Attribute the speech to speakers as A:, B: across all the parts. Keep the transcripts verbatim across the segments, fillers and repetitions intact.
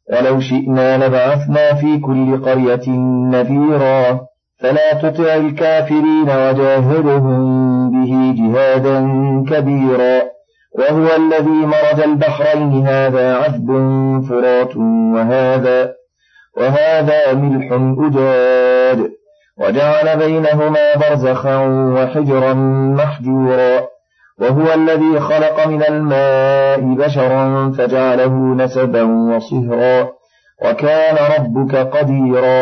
A: ولو شئنا لبعثنا في كل قرية نذيرا فلا تطع الكافرين وجاهدهم به جهادا كبيرا وهو الذي مرج البحرين هذا عذب فرات وهذا وهذا ملح أجاج وجعل بينهما برزخا وحجرا محجورا وهو الذي خلق من الماء بشرا فجعله نسبا وصهرا وكان ربك قديرا.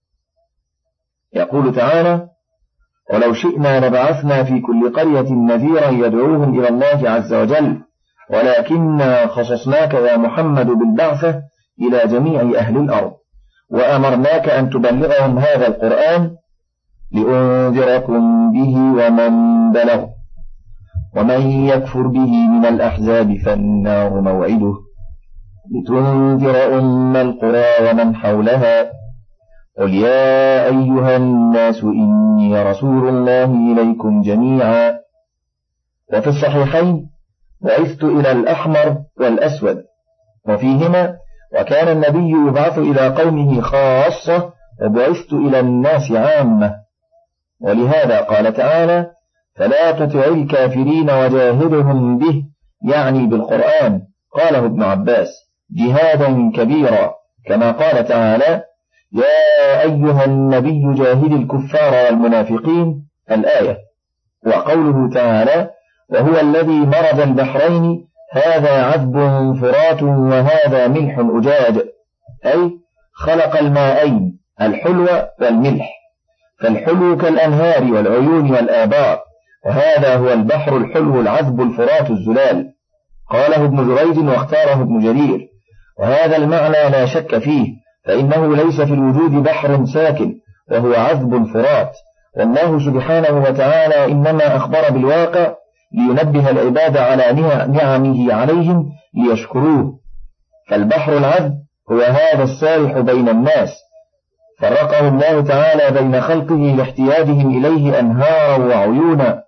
A: يقول تعالى: ولو شئنا لبعثنا في كل قرية نذيرا يدعوهم إلى الله عز وجل ولكننا خصصناك يا محمد بالبعثة إلى جميع أهل الأرض وأمرناك أن تبلغهم هذا القرآن لأنذركم به ومن بلغ ومن يكفر به من الأحزاب فالنار موعده لتنذر أم القرى ومن حولها قل يا أيها الناس إني رسول الله إليكم جميعا. وفي الصحيحين: بعثت إلى الأحمر والأسود، وفيهما: وكان النبي يبعث إلى قومه خاصة وبعثت إلى الناس عامة. ولهذا قال تعالى: فلا تطع الكافرين وجاهدهم به، يعني بالقرآن. قاله ابن عباس: جهادا كبيرا، كما قال تعالى: يا أيها النبي جاهد الكفار والمنافقين، الآية. وقوله تعالى: وهو الذي مرج البحرين هذا عذب فرات وهذا ملح أجاج، أي خلق الماءين الحلو والملح، فالحلو كالأنهار والعيون والآبار، وهذا هو البحر الحلو العذب الفرات الزلال. قاله ابن جريج واختاره ابن جرير، وهذا المعنى لا شك فيه، فإنه ليس في الوجود بحر ساكن وهو عذب الفرات، والله سبحانه وتعالى إنما أخبر بالواقع لينبه العباد على نعمه عليهم ليشكروه. فالبحر العذب هو هذا السارح بين الناس، فرقه الله تعالى بين خلقه لاحتياجهم إليه أنهارا وعيونا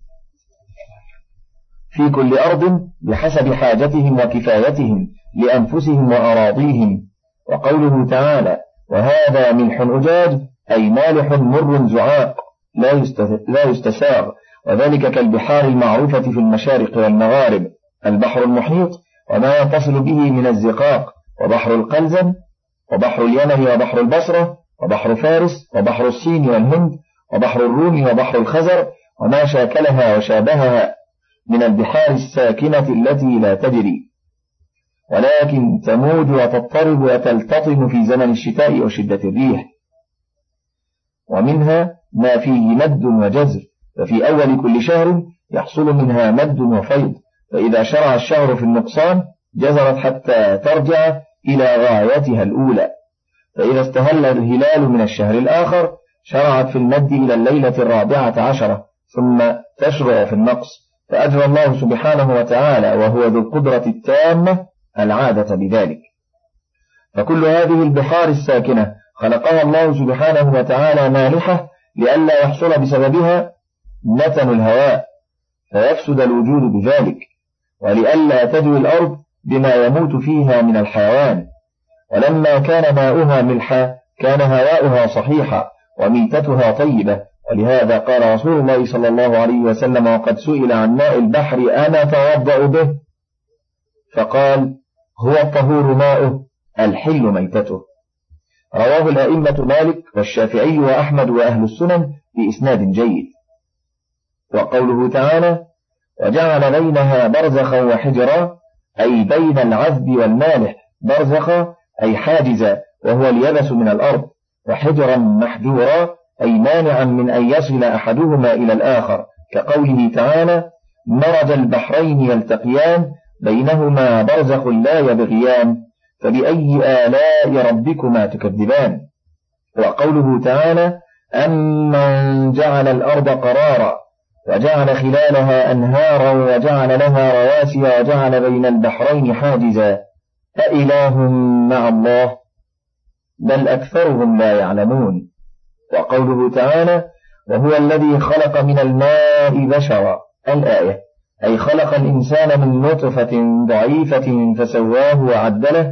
A: في كل أرض بحسب حاجتهم وكفايتهم لأنفسهم وأراضيهم. وقوله تعالى: وهذا ملح أجاج، أي مالح مر زعاق لا يستساغ، وذلك كالبحار المعروفة في المشارق والمغارب: البحر المحيط وما يتصل به من الزقاق، وبحر القلزم، وبحر اليمن وبحر البصرة، وبحر فارس، وبحر الصين والهند، وبحر الروم، وبحر الخزر، وما شاكلها وشابهها من البحار الساكنة التي لا تجري ولكن تموج وتضطرب وتلتطم في زمن الشتاء وشدة الريح، ومنها ما فيه مد وجزر، ففي أول كل شهر يحصل منها مد وفيض، فإذا شرع الشهر في النقصان جزرت حتى ترجع إلى غايتها الأولى، فإذا استهل الهلال من الشهر الآخر شرعت في المد إلى الليلة الرابعة عشرة ثم تشرع في النقص، فأجرى الله سبحانه وتعالى وهو ذو القدرة التامة العادة بذلك. فكل هذه البحار الساكنة خلقها الله سبحانه وتعالى مالحة لئلا يحصل بسببها نتن الهواء فيفسد الوجود بذلك، ولئلا تجوي الأرض بما يموت فيها من الحيوان. ولما كان ماؤها ملحا كان هواؤها صحيحا وميتتها طيبة، ولهذا قال رسول الله صلى الله عليه وسلم وقد سئل عن ماء البحر: أنا أتوضأ به؟ فقال: هو الطهور ماؤه الحل ميتته. رواه الأئمة مالك والشافعي وأحمد وأهل السنن بإسناد جيد. وقوله تعالى: وجعل بينها برزخا وحجرا، أي بين العذب والمالح، برزخا أي حاجزا وهو اليبس من الأرض، وحجرا محجورا أي مانعا من أن يصل أحدهما إلى الآخر، كقوله تعالى: مرج البحرين يلتقيان بينهما برزخ لا يبغيان، فبأي آلاء ربكما تكذبان. وقوله تعالى: أمن جعل الأرض قرارا وجعل خلالها أنهارا وجعل لها رواسي وجعل بين البحرين حاجزا أإله مع الله بل أكثرهم لا يعلمون. وقوله تعالى: وهو الذي خلق من الماء بشرا، الآية، أي خلق الإنسان من نطفة ضعيفة فسواه وعدله،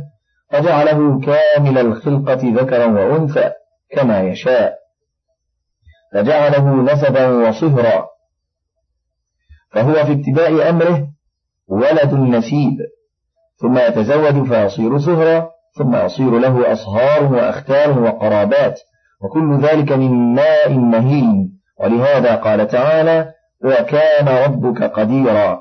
A: فجعله كامل الخلقة ذكرا وأنثى كما يشاء، فجعله نسبا وصهرا، فهو في ابتداء أمره ولد نسيب، ثم يتزوج فيصير صهرا، ثم يصير له أصهار وأختال وقرابات، وكل ذلك من ماء مهين. ولهذا قال تعالى: وكان ربك قديرا.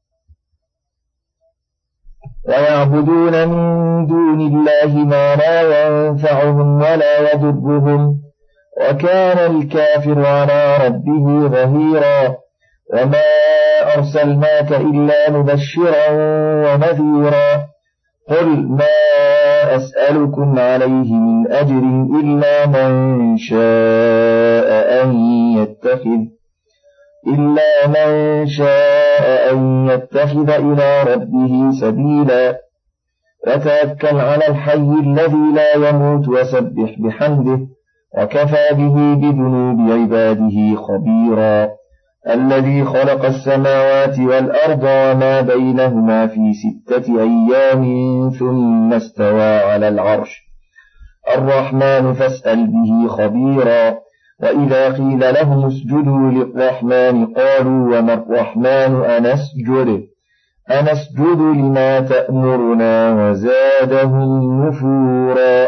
A: ويعبدون من دون الله ما لا ينفعهم ولا يضرهم، وكان الكافر على ربه ظهيرا. وما أرسلناك إلا مبشرا ونذيرا. قل ما أسألكم عليه من أجر إلا من شاء أن يتخذ إلا من شاء أن يتخذ إلى ربه سبيلا. وتوكل على الحي الذي لا يموت وسبح بحمده، وكفى به بذنوب عباده خبيرا. الذي خلق السماوات والأرض وما بينهما في ستة أيام ثم استوى على العرش، الرحمن فاسأل به خبيرا. وإذا قيل لهم اسجدوا للرحمن قالوا وما الرحمن أنسجد أنسجد لما تأمرنا وزادهم نفورا.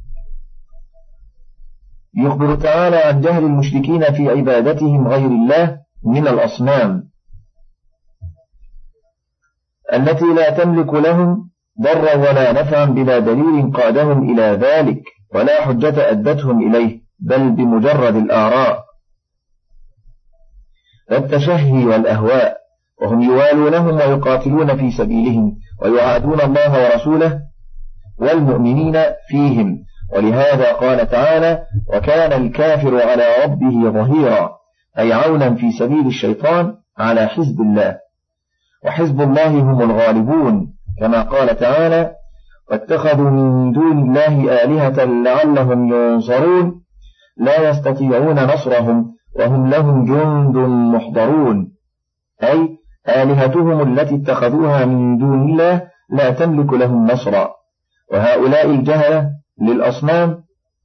A: يخبر تعالى عن جهل المشركين في عبادتهم غير الله من الأصنام التي لا تملك لهم ضرا ولا نفعا بلا دليل قادهم إلى ذلك ولا حجة أدتهم إليه، بل بمجرد الآراء والتشهي والأهواء، وهم يوالونهم ويقاتلون في سبيلهم ويعادون الله ورسوله والمؤمنين فيهم. ولهذا قال تعالى: وكان الكافر على ربه ظهيرا، أي عونا في سبيل الشيطان على حزب الله، وحزب الله هم الغالبون، كما قال تعالى: واتخذوا من دون الله آلهة لعلهم ينصرون لا يستطيعون نصرهم وهم لهم جند محضرون، أي آلهتهم التي اتخذوها من دون الله لا تملك لهم نصرا. وهؤلاء الجهلة للأصنام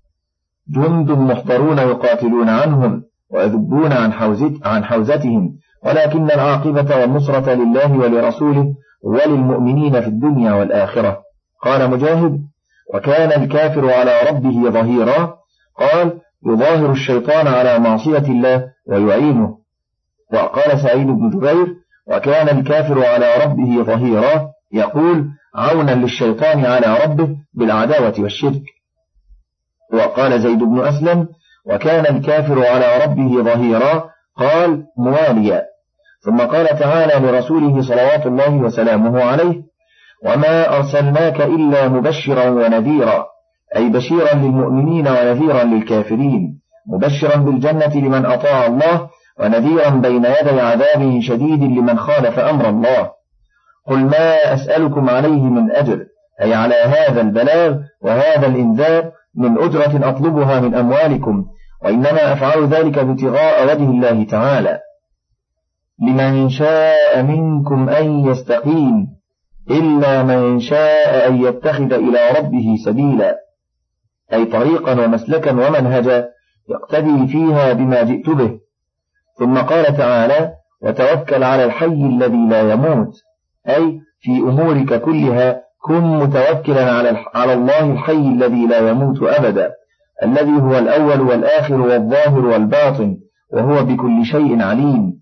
A: جند محضرون يقاتلون عنهم ويذبون عن, حوزت عن حوزتهم، ولكن العاقبة والنصرة لله ولرسوله وللمؤمنين في الدنيا والآخرة. قال مجاهد: وكان الكافر على ربه ظهيرا، قال: يظاهر الشيطان على معصية الله ويعينه. وقال سعيد بن جبير: وكان الكافر على ربه ظهيرا، يقول عونا للشيطان على ربه بالعداوة والشرك. وقال زيد بن أسلم: وكان الكافر على ربه ظهيرا، قال مواليا. ثم قال تعالى لرسوله صلوات الله وسلامه عليه: وما أرسلناك إلا مبشرا ونذيرا، أي بشيرا للمؤمنين ونذيرا للكافرين، مبشرا بالجنة لمن أطاع الله، ونذيرا بين يدي عذاب شديد لمن خالف أمر الله. قل ما أسألكم عليه من أجر، أي على هذا البلاغ وهذا الإنذار من أجرة أطلبها من أموالكم، وإنما أفعل ذلك ابتغاء وجه الله تعالى. لمن شاء منكم أن يستقيم إلا من شاء أن يتخذ إلى ربه سبيلا، أي طريقا ومسلكا ومنهجا يقتدي فيها بما جئت به. ثم قال تعالى: وتوكل على الحي الذي لا يموت، أي في أمورك كلها كن متوكلا على الله الحي الذي لا يموت أبدا، الذي هو الأول والآخر والظاهر والباطن، وهو بكل شيء عليم،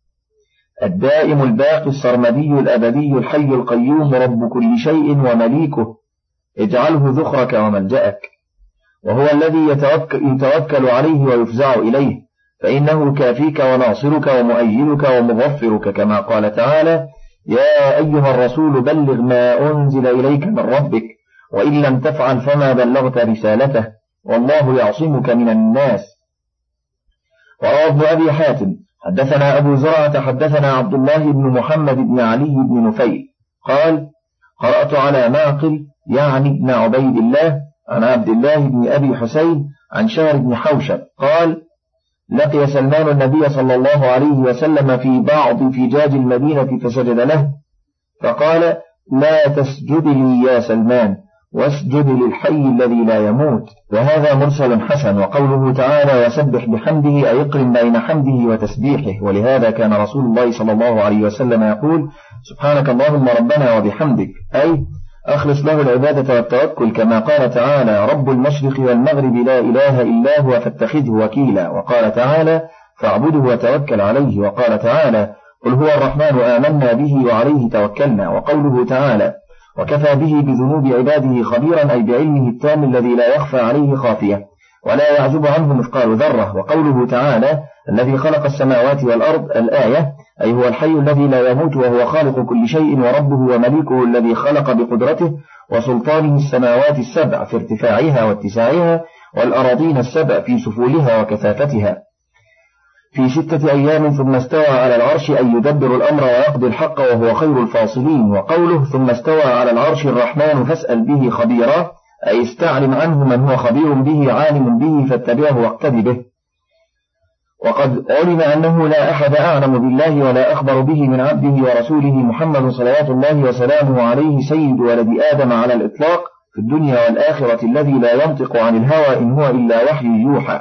A: الدائم الباقي السرمدي الأبدي الحي القيوم رب كل شيء ومليكه، اجعله ذخرك وملجأك. وهو الذي يتوكل, يتوكل عليه ويفزع إليه، فإنه كافيك وناصرك ومؤيدك ومغفرك، كما قال تعالى: يا أيها الرسول بلغ ما أنزل إليك من ربك، وإن لم تفعل فما بلغت رسالته، والله يعصمك من الناس. وروى ابن أبي حاتم حدثنا أبو زرعة حدثنا عبد الله بن محمد بن علي بن نفيل قال: قرأت على معقل يعني ابن عبيد الله عن عبد الله بن أبي حسين عن شهر بن حوشب قال: لقي سلمان النبي صلى الله عليه وسلم في بعض فجاج المدينة فسجد له، فقال: لا تسجد لي يا سلمان، واسجد للحي الذي لا يموت. وهذا مرسل حسن. وقوله تعالى وسبح بحمده أي اقرن بين حمده وتسبيحه، ولهذا كان رسول الله صلى الله عليه وسلم يقول سبحانك اللهم ربنا وبحمدك، أي أخلص له العبادة والتوكل، كما قال تعالى رب المشرق والمغرب لا إله إلا هو فاتخذه وكيلا. وقال تعالى فاعبده وتوكل عليه. وقال تعالى قل هو الرحمن آمنا به وعليه توكلنا. وقوله تعالى وكفى به بذنوب عباده خبيرا أي بعلمه التام الذي لا يخفى عليه خافية ولا يعزب عنه مثقال ذرة. وقوله تعالى الذي خلق السماوات والأرض الآية أي هو الحي الذي لا يموت وهو خالق كل شيء وربه ومليكه الذي خلق بقدرته وسلطانه السماوات السبع في ارتفاعها واتساعها والأراضين السبع في سفولها وكثافتها في ستة أيام ثم استوى على العرش أي يدبر الأمر ويقضي الحق وهو خير الفاصلين. وقوله ثم استوى على العرش الرحمن فاسأل به خبيرا أي استعلم عنه من هو خبير به عالم به فاتبعه واقتدي به. وقد علم أنه لا أحد أعلم بالله ولا أخبر به من عبده ورسوله محمد صلوات الله وسلامه عليه سيد ولد آدم على الإطلاق في الدنيا والآخرة الذي لا ينطق عن الهوى إن هو إلا وحي يوحى،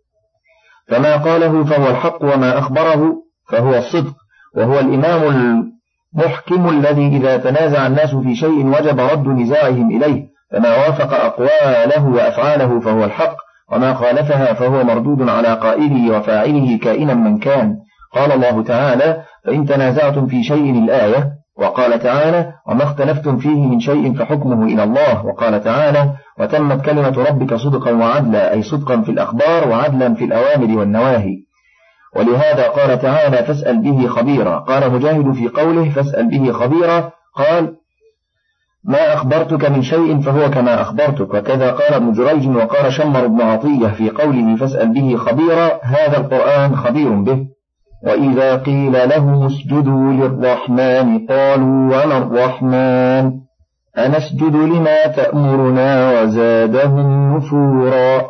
A: فما قاله فهو الحق وما أخبره فهو الصدق، وهو الإمام المحكم الذي إذا تنازع الناس في شيء وجب رد نزاعهم إليه، فما وافق أقواله وأفعاله فهو الحق وما خالفها فهو مردود على قائله وفاعله كائنا من كان. قال الله تعالى فإن تنازعتم في شيء الآية. وقال تعالى وما اختلفتم فيه من شيء فحكمه إلى الله. وقال تعالى وتمت كلمة ربك صدقا وعدلا أي صدقا في الأخبار وعدلا في الأوامر والنواهي. ولهذا قال تعالى فاسأل به خبيرا. قال مجاهد في قوله فاسأل به خبيرا قال ما أخبرتك من شيء فهو كما أخبرتك. وكذا قال ابن جريج وقال شمر بن عطية في قوله فاسأل به خبيرا هذا القرآن خبير به. وإذا قيل لهم اسجدوا للرحمن قالوا وما الرحمن أنسجد لما تأمرنا وزادهم نفورا.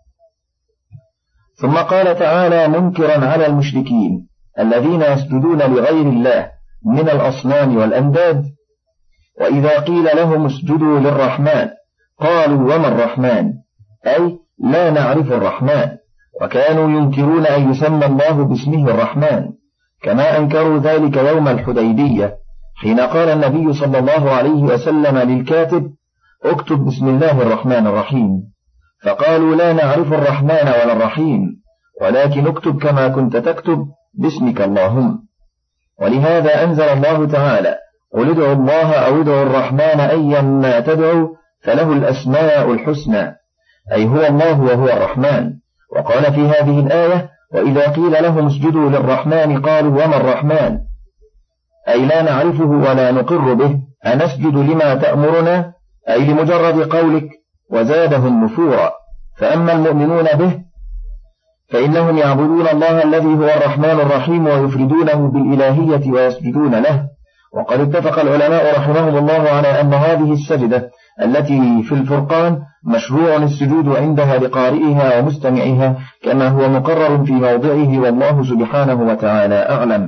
A: ثم قال تعالى منكرا على المشركين الذين يسجدون لغير الله من الأصنام والأنداد وإذا قيل لهم اسجدوا للرحمن قالوا وما الرحمن أي لا نعرف الرحمن، وكانوا ينكرون أن يسمى الله باسمه الرحمن كما أنكروا ذلك يوم الحديبية حين قال النبي صلى الله عليه وسلم للكاتب اكتب بسم الله الرحمن الرحيم، فقالوا لا نعرف الرحمن ولا الرحيم ولكن اكتب كما كنت تكتب باسمك اللهم. ولهذا أنزل الله تعالى قل ادعوا الله أو ادعوا الرحمن أيا ما تدعوا فله الأسماء الحسنى أي هو الله وهو الرحمن. وقال في هذه الآية وإذا قيل لهم اسجدوا للرحمن قالوا وما الرحمن أي لا نعرفه ولا نقر به أنسجد لما تأمرنا أي لمجرد قولك وزادهم نفورا. فأما المؤمنون به فإنهم يعبدون الله الذي هو الرحمن الرحيم ويفردونه بالإلهية ويسجدون له. وقد اتفق العلماء رحمهم الله على أن هذه السجدة التي في الفرقان مشروع السجود عندها لقارئها ومستمعها كما هو مقرر في موضعه والله سبحانه وتعالى أعلم.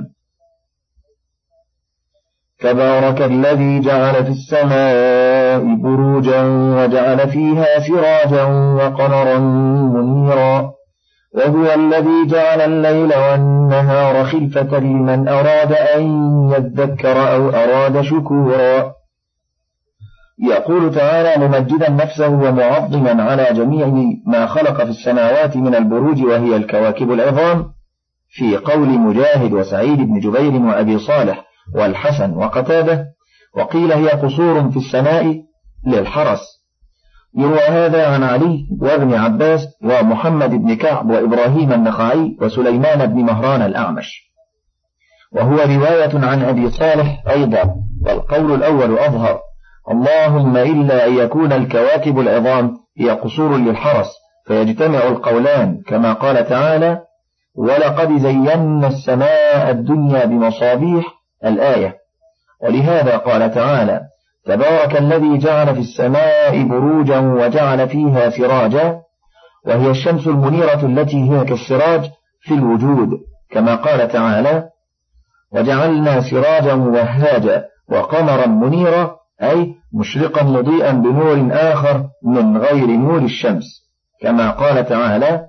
A: تبارك الذي جعل في السماء بروجا وجعل فيها سراجا وقمرا منيرا وهو الذي جعل الليل والنهار خلفة لمن أراد أن يذكر أو أراد شكورا. يقول تعالى ممجدا نفسه ومعظما على جميع ما خلق في السماوات من البروج وهي الكواكب العظام في قول مجاهد وسعيد بن جبير وأبي صالح والحسن وقتاده، وقيل هي قصور في السماء للحرس. يروى هذا عن علي وابن عباس ومحمد بن كعب وإبراهيم النخعي وسليمان بن مهران الأعمش، وهو رواية عن أبي صالح أيضا، والقول الأول أظهر اللهم إلا أن يكون الكواكب العظام هي قصور للحرس فيجتمع القولان كما قال تعالى ولقد زينا السماء الدنيا بمصابيح الآية. ولهذا قال تعالى تبارك الذي جعل في السماء بروجا وجعل فيها سراجا، وهي الشمس المنيرة التي هي كالسراج في الوجود كما قال تعالى وجعلنا سراجا وهاجا وقمرا منيرا أي مشرقا مضيئا بنور آخر من غير نور الشمس، كما قال تعالى: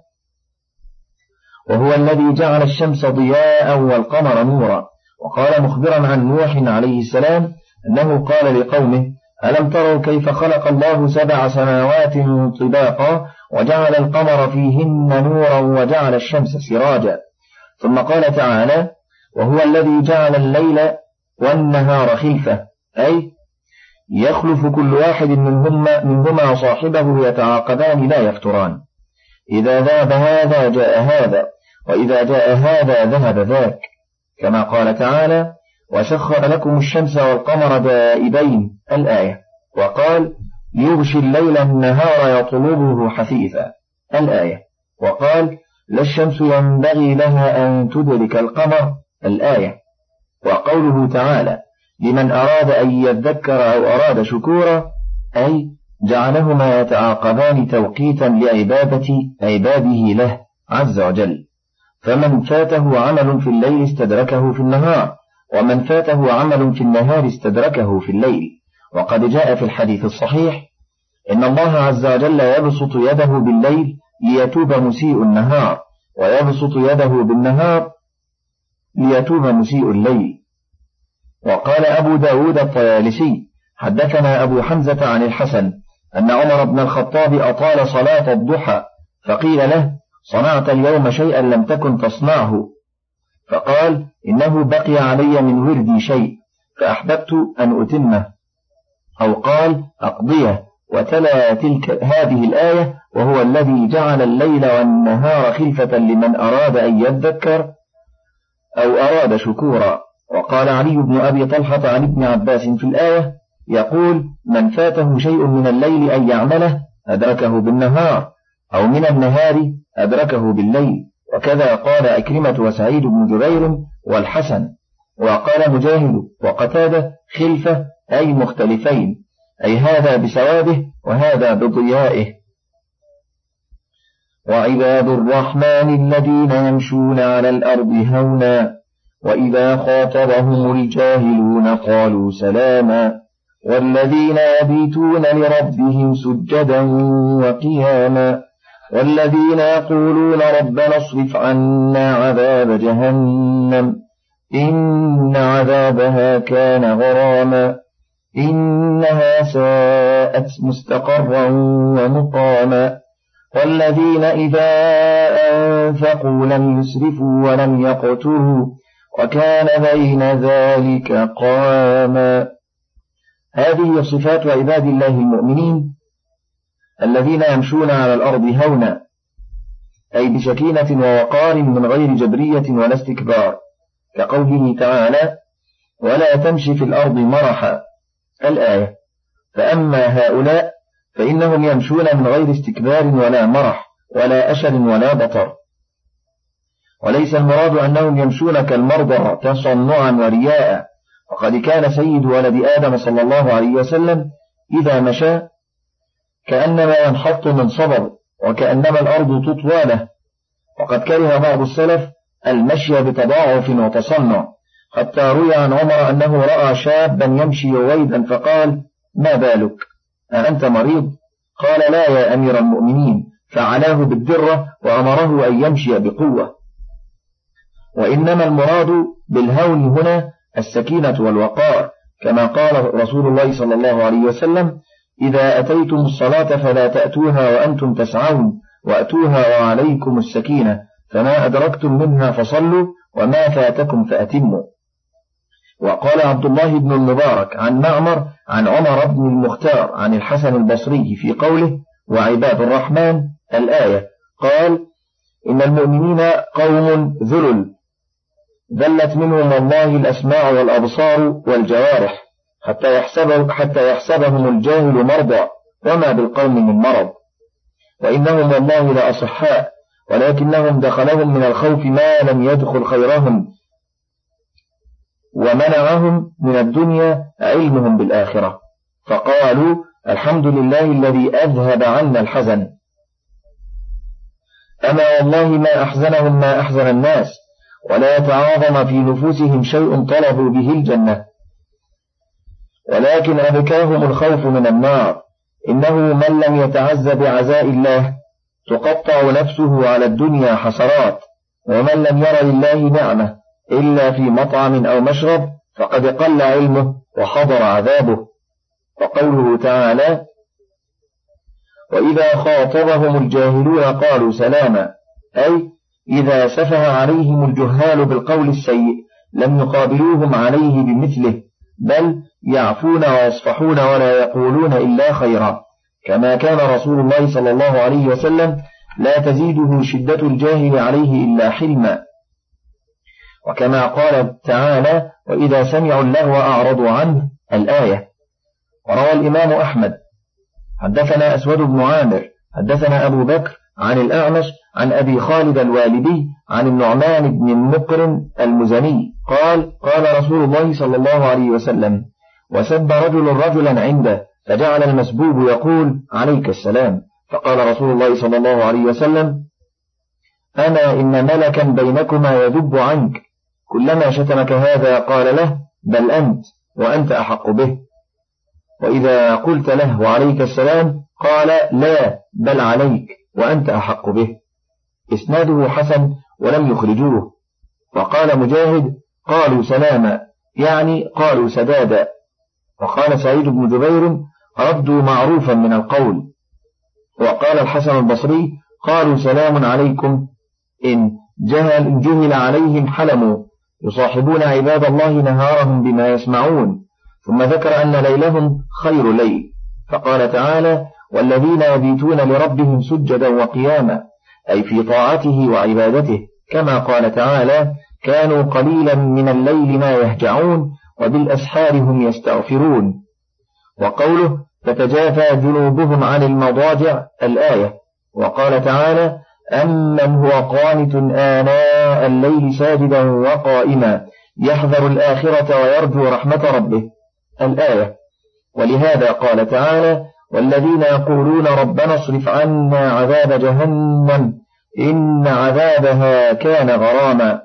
A: وهو الذي جعل الشمس ضياء والقمر نورا. وقال مخبرا عن نوح عليه السلام أنه قال لقومه: ألم تروا كيف خلق الله سبع سماوات طباقا وجعل القمر فيهن نورا وجعل الشمس سراجا. ثم قال تعالى: وهو الذي جعل الليل والنهار خلفة، أي يخلف كل واحد منهما, منهما صاحبه يتعاقبان لا يفتران، إذا ذهب هذا جاء هذا، وإذا جاء هذا ذهب ذاك، كما قال تعالى: وسخر لكم الشمس والقمر دائبين الآية. وقال: يغشي الليل النهار يطلبه حثيثا الآية. وقال: لا الشمس ينبغي لها أن تدرك القمر الآية. وقوله تعالى: لمن أراد أن يذكر أو أراد شكورا، أي جعلهما يتعاقبان توقيتا لعبادة عباده له عز وجل، فمن فاته عمل في الليل استدركه في النهار، ومن فاته عمل في النهار استدركه في الليل. وقد جاء في الحديث الصحيح: إن الله عز وجل يبسط يده بالليل ليتوب مسيء النهار، ويبسط يده بالنهار ليتوب مسيء الليل. وقال أبو داود الطيالسي: حدثنا أبو حمزة عن الحسن أن عمر بن الخطاب أطال صلاة الضحى، فقيل له: صنعت اليوم شيئا لم تكن تصنعه؟ فقال: إنه بقي علي من وردي شيء فأحببت أن أتمه، أو قال أقضيه، وتلا تلك هذه الآية: وهو الذي جعل الليل والنهار خلفة لمن أراد أن يذكر أو أراد شكورا. وقال علي بن أبي طلحة عن ابن عباس في الآية يقول: من فاته شيء من الليل أن يعمله أدركه بالنهار، أو من النهار أدركه بالليل. وكذا قال أكرمة وسعيد بن جبير والحسن. وقال مجاهد وقتادة: خلفة أي مختلفين، أي هذا بسواده وهذا بضيائه. وعباد الرحمن الذين يمشون على الأرض هونا وإذا خاطبهم الجاهلون قالوا سلاما، والذين يبيتون لربهم سجدا وقياما، والذين يقولون ربنا اصرف عنا عذاب جهنم إن عذابها كان غراما إنها ساءت مستقرا ومقاما، والذين إذا أنفقوا لم يسرفوا ولم يقتروا وكان بين ذلك قواما. هذه صفات عباد الله المؤمنين الذين يمشون على الأرض هونا، أي بسكينة ووقار من غير جبرية ولا استكبار، كقوله تعالى: ولا تمشي في الأرض مرحا الآية. فأما هؤلاء فإنهم يمشون من غير استكبار ولا مرح ولا أشر ولا بطر، وليس المراد أنهم يمشون كالمرضى تصنعا ورياء. وقد كان سيد ولد آدم صلى الله عليه وسلم إذا مشى كأنما ينحط من صبر، وكأنما الأرض تطوى له. وقد كره بعض السلف المشي بتضاعف وتصنع، حتى روي عن عمر أنه رأى شابا يمشي رويدا فقال: ما بالك أأنت مريض؟ قال: لا يا أمير المؤمنين، فعلاه بالدرة وأمره أن يمشي بقوة. وإنما المراد بالهون هنا السكينة والوقار، كما قال رسول الله صلى الله عليه وسلم: إذا أتيتم الصلاة فلا تأتوها وأنتم تسعون، وأتوها وعليكم السكينة، فما أدركتم منها فصلوا وما فاتكم فأتموا. وقال عبد الله بن المبارك عن معمر عن عمر بن المختار عن الحسن البصري في قوله: وعباد الرحمن الآية، قال: إن المؤمنين قوم ذلل ذلت منهم والله الأسماع والأبصار والجوارح، حتى يحسبهم, حتى يحسبهم الجاهل مرضى، وما بالقوم من مرض، وإنهم والله لأصحاء، ولكنهم دخلهم من الخوف ما لم يدخل خيرهم، ومنعهم من الدنيا علمهم بالآخرة، فقالوا: الحمد لله الذي أذهب عنا الحزن. أما والله ما أحزنهم ما أحزن الناس، ولا يتعاظم في نفوسهم شيء طلبوا به الجنة، ولكن أبكاهم الخوف من النار. إنه من لم يتعز بعزاء الله تقطع نفسه على الدنيا حسرات، ومن لم ير لله نعمة إلا في مطعم أو مشرب فقد قل علمه وحضر عذابه. وقوله تعالى: وإذا خاطبهم الجاهلون قالوا سلاما، أي إذا سفه عليهم الجهال بالقول السيء لم يقابلوهم عليه بمثله، بل يعفون ويصفحون ولا يقولون إلا خيرا، كما كان رسول الله صلى الله عليه وسلم لا تزيده شدة الجاهل عليه إلا حلما. وكما قال تعالى: وإذا سمعوا اللغو أعرضوا عنه، الآية. وروى الإمام أحمد حدثنا أسود بن عامر حدثنا أبو بكر عن الأعمش عن أبي خالد الوالدي عن النعمان بن المقرن المزني قال: قال رسول الله صلى الله عليه وسلم: وسب رجل رجلا عنده فجعل المسبوب يقول: عليك السلام، فقال رسول الله صلى الله عليه وسلم: أنا إن ملكا بينكما يذب عنك، كلما شتمك هذا قال له: بل أنت، وأنت أحق به. وإذا قلت له: وعليك السلام، قال: لا، بل عليك، وأنت أحق به. إسناده حسن ولم يخرجوه. وقال مجاهد: قالوا سلاما، يعني قالوا سدادا. وقال سعيد بن جبير: ردوا معروفا من القول. وقال الحسن البصري: قالوا سلام عليكم، إن جهل, جهل عليهم حلموا، يصاحبون عباد الله نهارهم بما يسمعون. ثم ذكر أن ليلهم خير ليل، فقال تعالى: والذين يبيتون لربهم سجدا وقياما، أي في طاعته وعبادته، كما قال تعالى: كانوا قليلا من الليل ما يهجعون وبالأسحار هم يستغفرون. وقوله: تتجافى جنوبهم عن المضاجع، الآية. وقال تعالى: أمن هو قانت آناء الليل ساجدا وقائما يحذر الآخرة ويرجو رحمة ربه، الآية. ولهذا قال تعالى: والذين يقولون ربنا اصرف عنا عذاب جهنم إن عذابها كان غراما،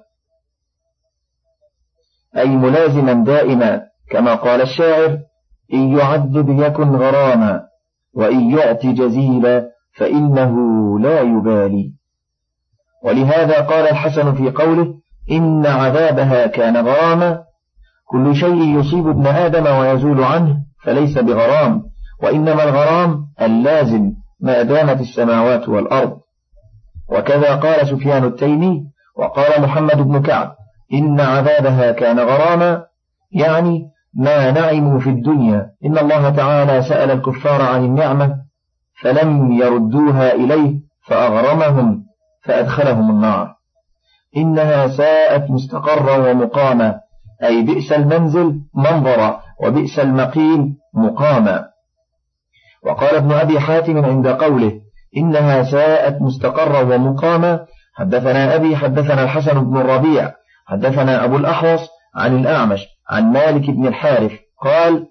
A: أي ملازما دائما، كما قال الشاعر: إن يعذب يكن غراما، وإن يعطي جزيلا فإنه لا يبالي. ولهذا قال الحسن في قوله: إن عذابها كان غراما: كل شيء يصيب ابن آدم ويزول عنه فليس بغرام، وإنما الغرام اللازم ما دامت السماوات والأرض. وكذا قال سفيان التيمي. وقال محمد بن كعب: إن عذابها كان غراما، يعني ما نعموا في الدنيا. إن الله تعالى سأل الكفار عن النعمة فلم يردوها إليه فأغرمهم فأدخلهم النار. إنها ساءت مستقرا ومقاما، أي بئس المنزل منظرا وبئس المقيم مقاما. وقال ابن أبي حاتم عند قوله: إنها ساءت مستقرا ومقاما: حدثنا أبي حدثنا الحسن بن الربيع حدثنا أبو الأحوص عن الأعمش عن مالك بن الحارث قال: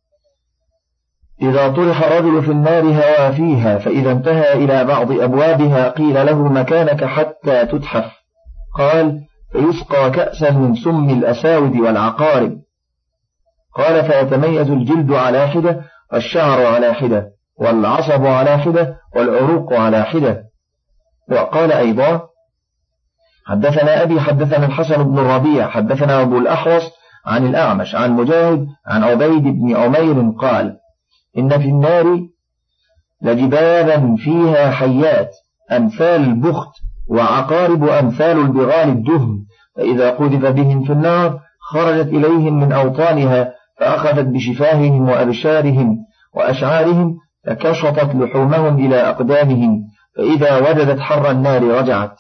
A: إذا طرح الرجل في النار هوى فيها، فإذا انتهى إلى بعض أبوابها قيل له: مكانك حتى تتحف. قال: فيسقى كأسا من سم الأساود والعقارب. قال: فيتميز الجلد على حدة، والشعر على حدة، والعصب على حدة، والعروق على حدة. وقال أيضا: حدثنا أبي حدثنا الحسن بن الربيع حدثنا أبو الأحوص عن الأعمش عن مجاهد عن عبيد بن عمير قال: إن في النار لجبابا فيها حيات أمثال البخت، وعقارب أمثال البغال الدهم، فإذا قذف بهم في النار خرجت إليهم من أوطانها فأخذت بشفاههم وأبشارهم وأشعارهم فكشطت لحومهم إلى أقدامهم، فإذا وجدت حر النار رجعت.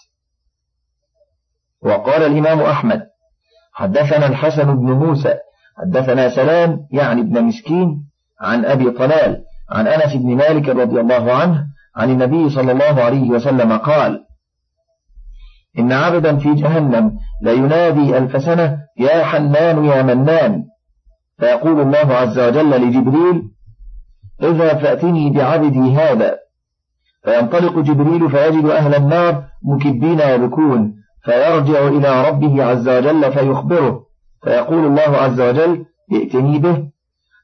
A: وقال الإمام أحمد: حدثنا الحسن بن موسى حدثنا سلام يعني ابن مسكين عن أبي طلال عن أنس بن مالك رضي الله عنه عن النبي صلى الله عليه وسلم قال: إن عبدا في جهنم لا ينادي ألف سنة: يا حنان يا منان، فيقول الله عز وجل لجبريل: اذهب فأتني بعبدي هذا، فينطلق جبريل فيجد أهل النار مكبين يبكون، فيرجع إلى ربه عز وجل فيخبره، فيقول الله عز وجل: ائتني به،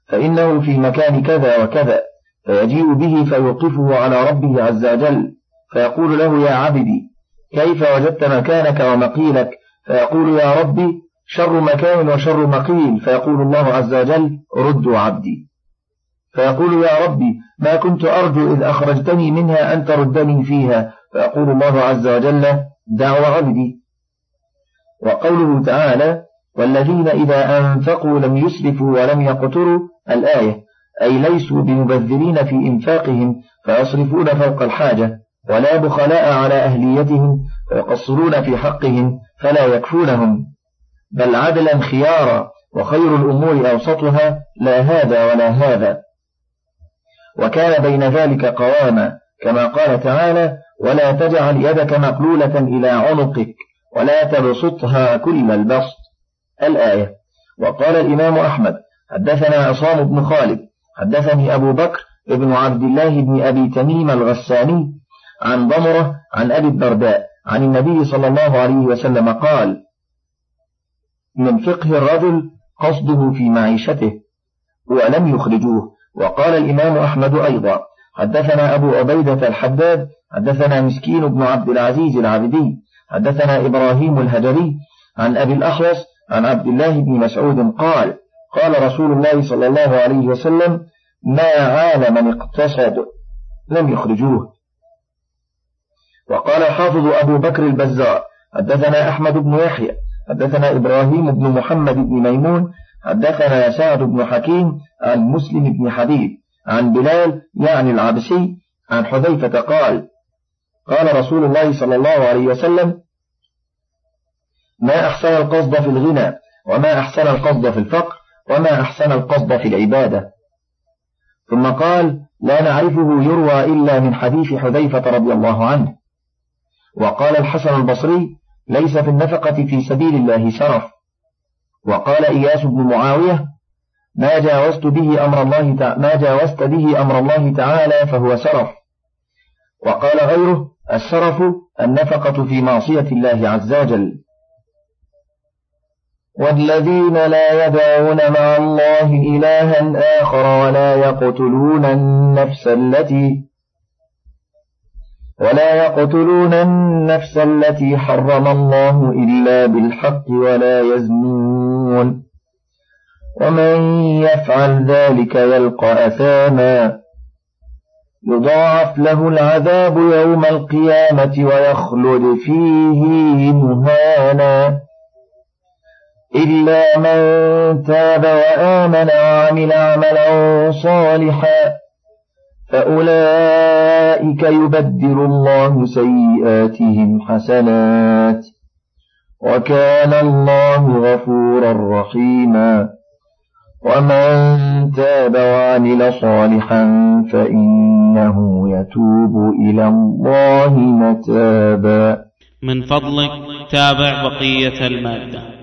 A: فإنه في مكان كذا وكذا، فيجيء به فيوقفه على ربه عز وجل، فيقول له يا عبدي كيف وجدت مكانك ومقيلك؟ فيقول يا ربي شر مكان وشر مقيل، فيقول الله عز وجل ردوا عبدي. فيقول يا ربي ما كنت أرجو إذ أخرجتني منها أن تردني فيها، فيقول الله عز وجل دعوا عبدي. وقوله تعالى والذين إذا أنفقوا لم يسرفوا ولم يقتروا الآية، أي ليسوا بمبذرين في إنفاقهم فيصرفون فوق الحاجة، ولا بخلاء على أهليتهم فيقصرون في حقهم فلا يكفونهم، بل عدلا خيارا، وخير الأمور أوسطها لا هذا ولا هذا، وكان بين ذلك قواما، كما قال تعالى ولا تجعل يدك مغلولة إلى عنقك ولا تبسطها كل البسط الآية. وقال الإمام أحمد حدثنا عصام بن خالد حدثني أبو بكر ابن عبد الله بن أبي تميم الغساني عن ضمرة عن أبي الدرداء عن النبي صلى الله عليه وسلم قال من فقه الرجل قصده في معيشته ولم يخرجوه. وقال الإمام أحمد أيضا حدثنا أبو عبيدة الحداد حدثنا مسكين بن عبد العزيز العبدي حدثنا إبراهيم الهجري عن أبي الأحوص عن عبد الله بن مسعود قال قال رسول الله صلى الله عليه وسلم ما عال من اقتصد لم يخرجوه. وقال الحافظ أبو بكر البزار حدثنا أحمد بن يحيى حدثنا إبراهيم بن محمد بن ميمون حدثنا سعد بن حكيم عن مسلم بن حبيب عن بلال يعني العبسي عن حذيفة قال قال رسول الله صلى الله عليه وسلم ما أحسن القصد في الغنى وما أحسن القصد في الفقر وما أحسن القصد في العبادة. ثم قال لا نعرفه يروى إلا من حديث حذيفة رضي الله عنه. وقال الحسن البصري ليس في النفقة في سبيل الله سرف. وقال إياس بن معاوية ما جاوزت به أمر الله تع... ما جاوزت به أمر الله تعالى فهو سرف. وقال غيره السرف النفقة في معصية الله عز وجل. والذين لا يدعون مع الله إلها آخر ولا يقتلون النفس التي ولا يقتلون النفس التي حرم الله إلا بالحق ولا يزنون ومن يفعل ذلك يلقى أثاما يضاعف له العذاب يوم القيامة ويخلد فيه مهانا إلا من تاب وآمن وعمل عملا صالحا فأولئك يبدل الله سيئاتهم حسنات وكان الله غفورا رحيما ومن تاب وعمل صالحا فإنه يتوب إلى الله متابا.
B: من فضلك تابع بقية المادة.